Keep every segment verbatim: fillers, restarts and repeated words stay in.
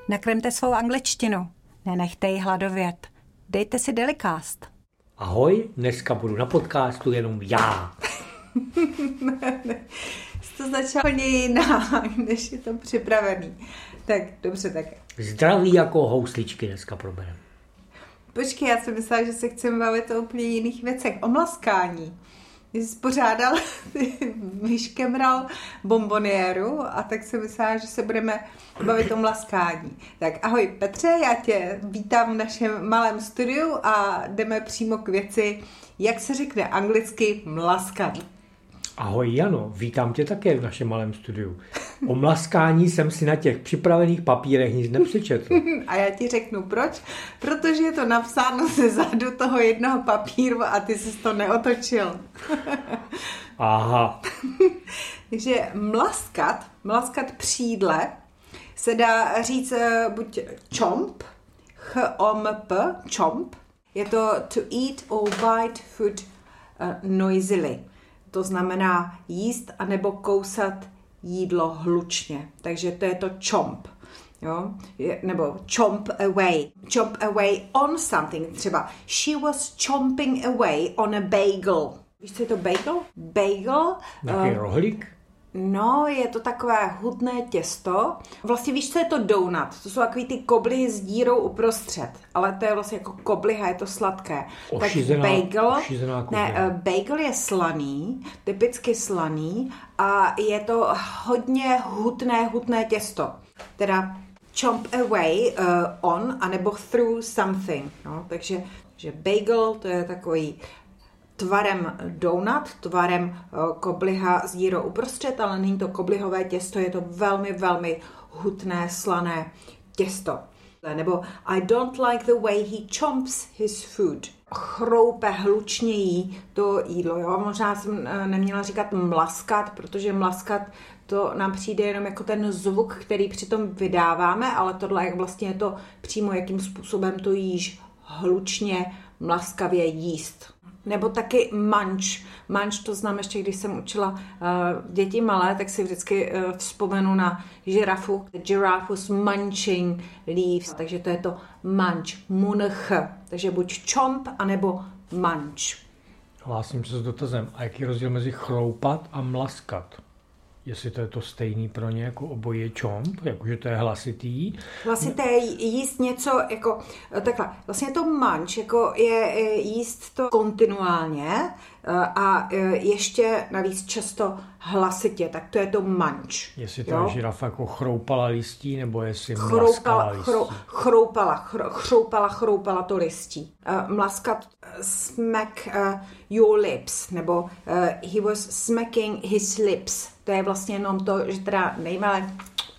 Nakrmte svou angličtinu. Nenechte ji hladovět. Dejte si Dailycast. Ahoj, dneska budu na podcastu jenom já. ne, ne. To začalo úplně jinak, než je to připravený. Tak, dobře, tak. Zdraví jako housličky dneska probereme. Počkej, já jsem myslela, že se chceme bavit o úplně jiných věcech. O mlaskání. Ty jsi pořádal, ty vyškemral bomboniéru a tak jsem myslela, že se budeme bavit o mlaskání. Tak ahoj Petře, já tě vítám v našem malém studiu a jdeme přímo k věci, jak se řekne anglicky mlaskat. Ahoj Jano, vítám tě také v našem malém studiu. O mlaskání jsem si na těch připravených papírech nic nepřečetl. A já ti řeknu proč, protože je to napsáno ze zadu toho jednoho papíru a ty jsi to neotočil. Aha. Takže mlaskat, mlaskat přídle, se dá říct buď chomp, ch-o-m-p, chomp, je to to eat or bite food uh, noisily. To znamená jíst anebo kousat jídlo hlučně. Takže to je to chomp. Jo? Nebo chomp away. Chomp away on something. Třeba she was chomping away on a bagel. Víš, co je to bagel? Bagel. Nějaký uh, rohlík? No, je to takové hutné těsto. Vlastně víš, co je to donut? To jsou takový ty koblihy s dírou uprostřed. Ale to je vlastně jako kobliha, je to sladké. Ošizená, tak bagel, ošizená ne, bagel je slaný, typicky slaný a je to hodně hutné, hutné těsto. Teda chomp away uh, on, anebo through something. No, takže že bagel, to je takový tvarem donut, tvarem kobliha s dírou uprostřed, ale není to koblihové těsto, je to velmi, velmi hutné, slané těsto. Nebo I don't like the way he chomps his food. Chroupe, hlučně jí to jídlo. Jo? Možná jsem neměla říkat mlaskat, protože mlaskat to nám přijde jenom jako ten zvuk, který přitom vydáváme, ale tohle jak vlastně je to přímo, jakým způsobem to jíš hlučně, mlaskavě jíst. Nebo taky munch. Munch to znám ještě, když jsem učila uh, děti malé, tak si vždycky uh, vzpomenu na žirafu. The giraffe was munching leaves. Takže to je to munch, munch. Takže buď chomp, anebo munch. Hlásím se s dotazem. A jaký je rozdíl mezi chroupat a mlaskat? Jestli to je to stejný pro ně, jako obojí je chomp, jakože to je hlasitý. Hlasité jíst něco jako takhle. Vlastně to munch jako je jíst to kontinuálně a ještě navíc často hlasitě, tak to je to munch. Jestli ta jo? žirafa jako chroupala listí, nebo jestli chroupala, mlaskala listí. Chrou, chroupala, chr, chroupala, chroupala to listí. Uh, mlaskat, smack uh, your lips, nebo uh, he was smacking his lips. To je vlastně jenom to, že teda nejméně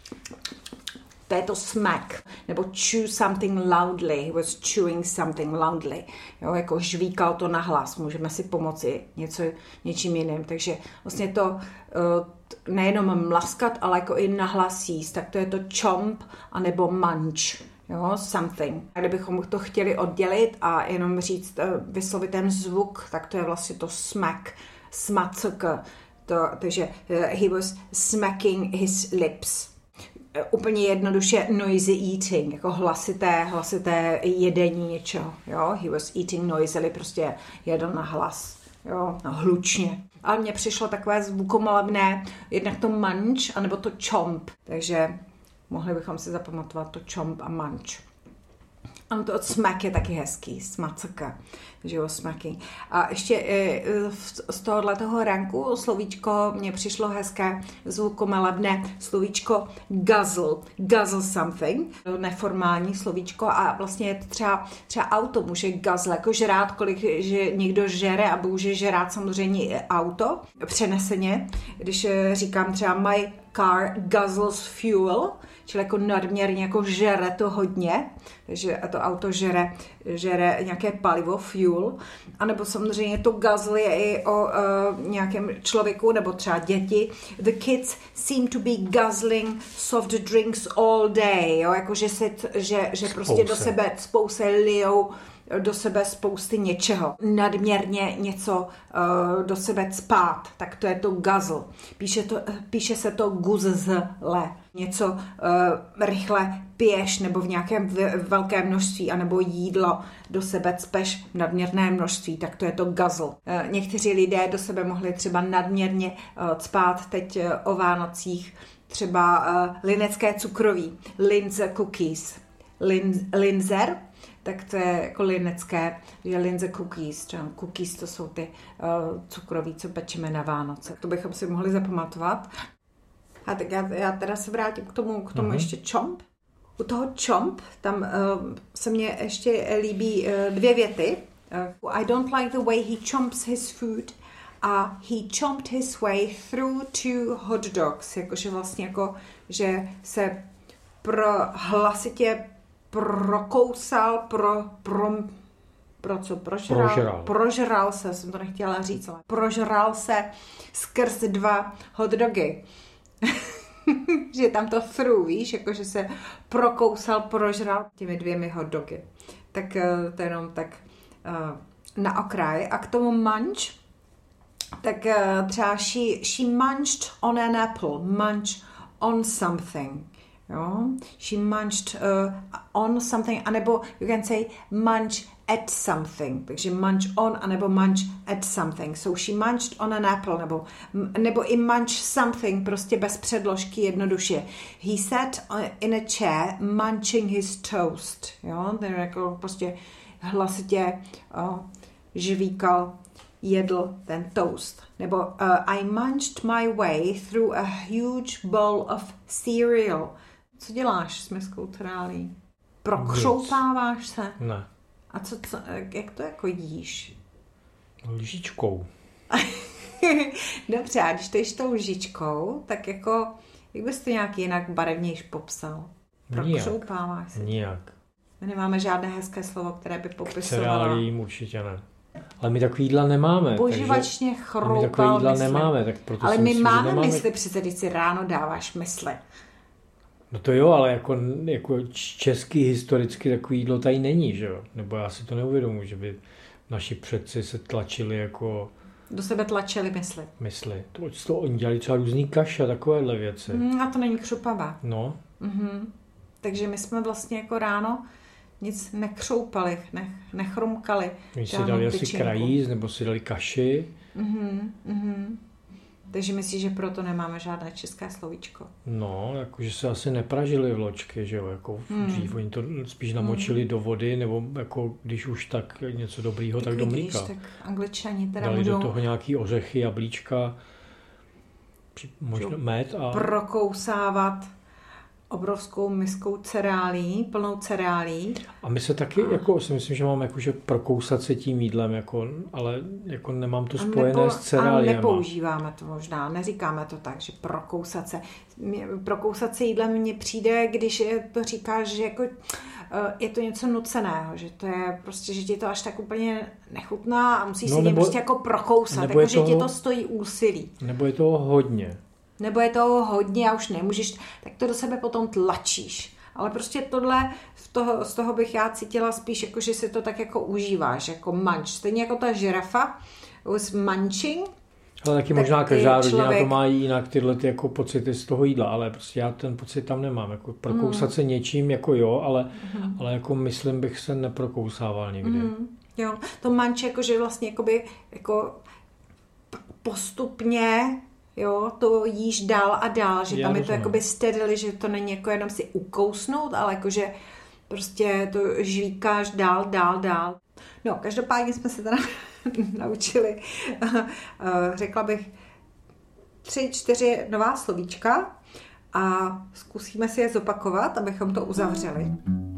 to je to smack, nebo chew something loudly, he was chewing something loudly, jo, jako žvíkal to na hlas, můžeme si pomoci něco, něčím jiným, takže vlastně to uh, nejenom mlaskat, ale jako i na hlas jíst, tak to je to chomp, anebo munch, jo, something. A kdybychom to chtěli oddělit a jenom říct, uh, vyslovit ten zvuk, tak to je vlastně to smack, smack, to, takže uh, he was smacking his lips. Úplně jednoduše noisy eating, jako hlasité, hlasité jedení něčeho, jo, he was eating noisily, prostě jedl na hlas, jo, no, hlučně. Ale mně přišlo takové zvukomalebné, jednak to munch, anebo to chomp, takže mohli bychom si zapamatovat to chomp a munch. Ano, to od smack je taky hezký, smacka, že jo, smacking. A ještě z tohoto ranku slovíčko mně přišlo hezké, zvukomalebné slovíčko guzzle, guzzle something, neformální slovíčko a vlastně je třeba, třeba auto může guzzle, jako žrát, kolik že někdo žere a může žrát samozřejmě i auto, přeneseně, když říkám třeba my car guzzles fuel, čili jako nadměrně jako žere to hodně, takže to auto žere, žere nějaké palivo, fuel, anebo samozřejmě to guzzle je i o uh, nějakém člověku, nebo třeba děti. The kids seem to be guzzling soft drinks all day, jo, jako že, se, že, že prostě do sebe spouse lijou do sebe spousty něčeho. Nadměrně něco uh, do sebe cpát, tak to je to guzzle. Píše, to, píše se to guzle. Něco uh, rychle piješ nebo v nějakém velkém množství, anebo jídlo do sebe cpeš v nadměrné množství, tak to je to guzzle. Uh, někteří lidé do sebe mohli třeba nadměrně uh, cpát teď uh, o Vánocích třeba uh, linecké cukroví, linze cookies. Lin, linzer, tak to je jako linecké, že linze cookies, třeba cookies to jsou ty uh, cukroví, co pečeme na Vánoce. To bychom si mohli zapamatovat. A tak já, já teda se vrátím k tomu, k tomu uh-huh. ještě chomp. U toho chomp, tam uh, se mně ještě líbí uh, dvě věty. Uh, I don't like the way he chomps his food a he chomped his way through two hot dogs. Jakože vlastně jako, že se pro hlasitě prokousal, pro, pro, pro co, prožral, prožral. prožral se, jsem to nechtěla říct, ale prožral se skrz dva hot dogy. Že tam to through, víš, jakože se prokousal, prožral těmi dvěmi hot dogy. Tak to jenom tak uh, na okraj. A k tomu munch, tak uh, třeba she, she munched on an apple, munch on something. Jo? She munched uh, on something, anebo you can say munch at something. Takže munch on, anebo munch at something. So she munched on an apple, nebo, nebo i munch something, prostě bez předložky, jednoduše. He sat in a chair munching his toast. Jo? Ten jako prostě hlasitě uh, žvíkal, jedl ten toast. Nebo uh, I munched my way through a huge bowl of cereal. Co děláš s miskou cereálí? Prokřoupáváš se? Ne. A co, co, jak to jako jíš? Lžičkou. Dobře, a když to jíš tou lžičkou, tak jako, jak bys to nějak jinak barevnějš popsal? Prokřoupáváš se? Nijak. My nemáme žádné hezké slovo, které by popisovalo. Cereálím určitě ne. Ale my takový jídla nemáme. Poživačně chroupal my takový jídla mysli. nemáme, tak proto ale si my myslím, máme že nemáme... mysli, přece když si ráno dáváš mysli. No to jo, ale jako, jako český historicky takový jídlo tady není, že jo? Nebo já si to neuvědomuji, že by naši předci se tlačili jako... Do sebe tlačili mysli. Mysli. To, to oni dělali třeba různý kaše a takovéhle věci. Mm, a to není křupava. No. Mm-hmm. Takže my jsme vlastně jako ráno nic nekřoupali, ne, nechrumkali. Oni si dali asi krajíz, nebo si dali kaši. Mm-hmm, mm-hmm. Takže myslíš, že proto nemáme žádné české slovíčko? No, jakože se asi nepražili vločky, že jo, jako hmm. dřív oni to spíš namočili hmm. do vody, nebo jako když už tak něco dobrýho, tak, tak do mlíka. Tak Angličani teda dali můžou... do toho nějaký ořechy, jablíčka, možná med a... prokousávat obrovskou miskou cereálí, plnou cereálí. A my se taky, a... jako si myslím, že mám jakože prokousat se tím jídlem, jako, ale jako nemám to spojené nepo, s cereáliema. Ale nepoužíváme to možná, neříkáme to tak, že prokousat se. Prokousat se jídlem mně přijde, když to říkáš, že jako je to něco nuceného, že to je prostě, že ti to až tak úplně nechutná a musíš no, se tím prostě jako prokousat, jako že ti to stojí úsilí. Nebo je toho hodně. Nebo je toho hodně a už nemůžeš, tak to do sebe potom tlačíš. Ale prostě tohle, z toho, z toho bych já cítila spíš, jako, že si to tak jako užíváš, jako munch. Stejně jako ta žirafa was munching. Ale taky tak možná každá rodina člověk... to má jinak tyhle ty jako pocity z toho jídla, ale prostě já ten pocit tam nemám. Jako prokousat mm. se něčím, jako jo, ale, mm. ale jako myslím bych se neprokousával nikdy. Mm. Jo, to munch jako, že vlastně jakoby, jako postupně jo, to jíš dál a dál, že já tam rozumím. Je to jakoby steadily, že to není jako jenom si ukousnout, ale jakože prostě to žvíkáš dál, dál, dál. No, každopádně jsme se teda naučili, řekla bych, tři, čtyři nová slovíčka a zkusíme si je zopakovat, abychom to uzavřeli.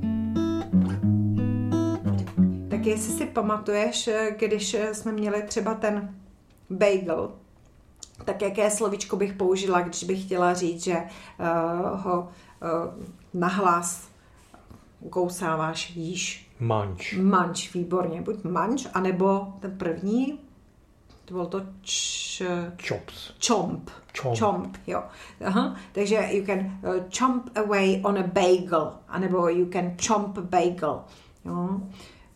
Tak jestli si pamatuješ, když jsme měli třeba ten bagel, tak jaké slovíčko bych použila, když bych chtěla říct, že uh, ho uh, nahlas ukousáváš, jíš. Munch. Munch, výborně. Buď munch, anebo ten první, to bylo to č... Chops. Chomp. Chomp. Chomp, jo. Aha. Takže you can uh, chomp away on a bagel, anebo you can chomp bagel. Jo.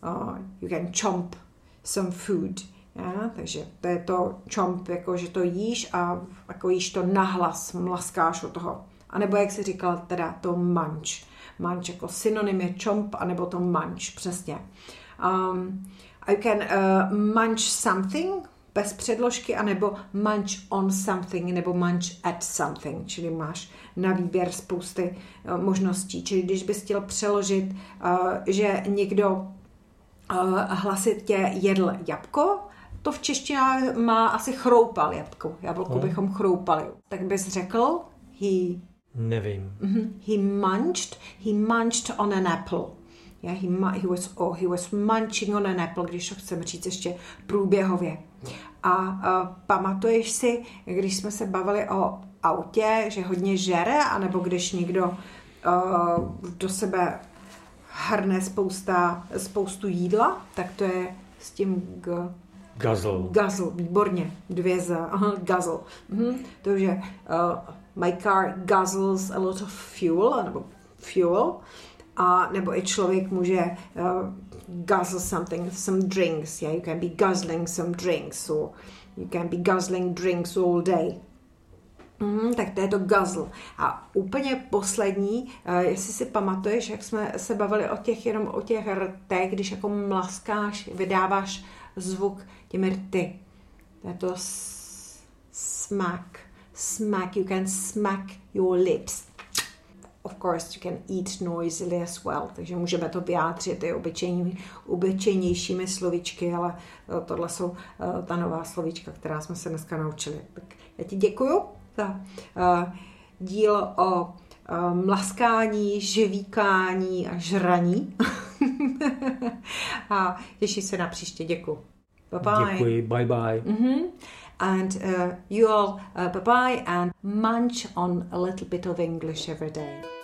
uh, you can chomp some food. Ja? Takže to je to chomp, jako že to jíš a jako jíš to nahlas, mlaskáš u toho. A nebo jak jsi říkal, teda to munch. Munch jako synonym je chomp, anebo to munch, přesně. Um, you can uh, munch something, bez předložky, anebo munch on something, nebo munch at something, čili máš na výběr spousty uh, možností. Čili když bys chtěl přeložit, uh, že někdo uh, hlasitě jedl jabko, to v češtině má asi chroupal jabko. Jablko bychom chroupali. Tak bys řekl, he... Nevím. Mm-hmm, he munched, he munched on an apple. Yeah, he, he, was, oh, he was munching on an apple, když to chceme říct ještě průběhově. A uh, pamatuješ si, když jsme se bavili o autě, že hodně žere, anebo když někdo uh, do sebe hrne spousta, spoustu jídla, tak to je s tím g... Guzzle. Guzzle, výborně. Dvě z... Aha, guzzle. Mhm. Takže uh, my car guzzles a lot of fuel, nebo fuel. A nebo i člověk může uh, guzzle something, some drinks. Yeah? You can be guzzling some drinks. Or you can be guzzling drinks all day. Mm, tak to je to guzzle. A úplně poslední, uh, jestli si pamatuješ, jak jsme se bavili o těch, jenom o těch rtech, když jako mlaskáš, vydáváš zvuk těmi rty. To je to smack. Smack. You can smack your lips. Of course, you can eat noisily as well. Takže můžeme to vyjádřit i obyčejný, obyčejnějšími slovíčky, ale tohle jsou uh, ta nová slovíčka, která jsme se dneska naučili. Tak já ti děkuju za uh, díl o uh, mlaskání, živíkání a žraní. A těším se na příště. Děkuju. Bye bye. Děkuji. Bye bye. Mm-hmm. And uh, you all, uh, bye bye and munch on a little bit of English every day.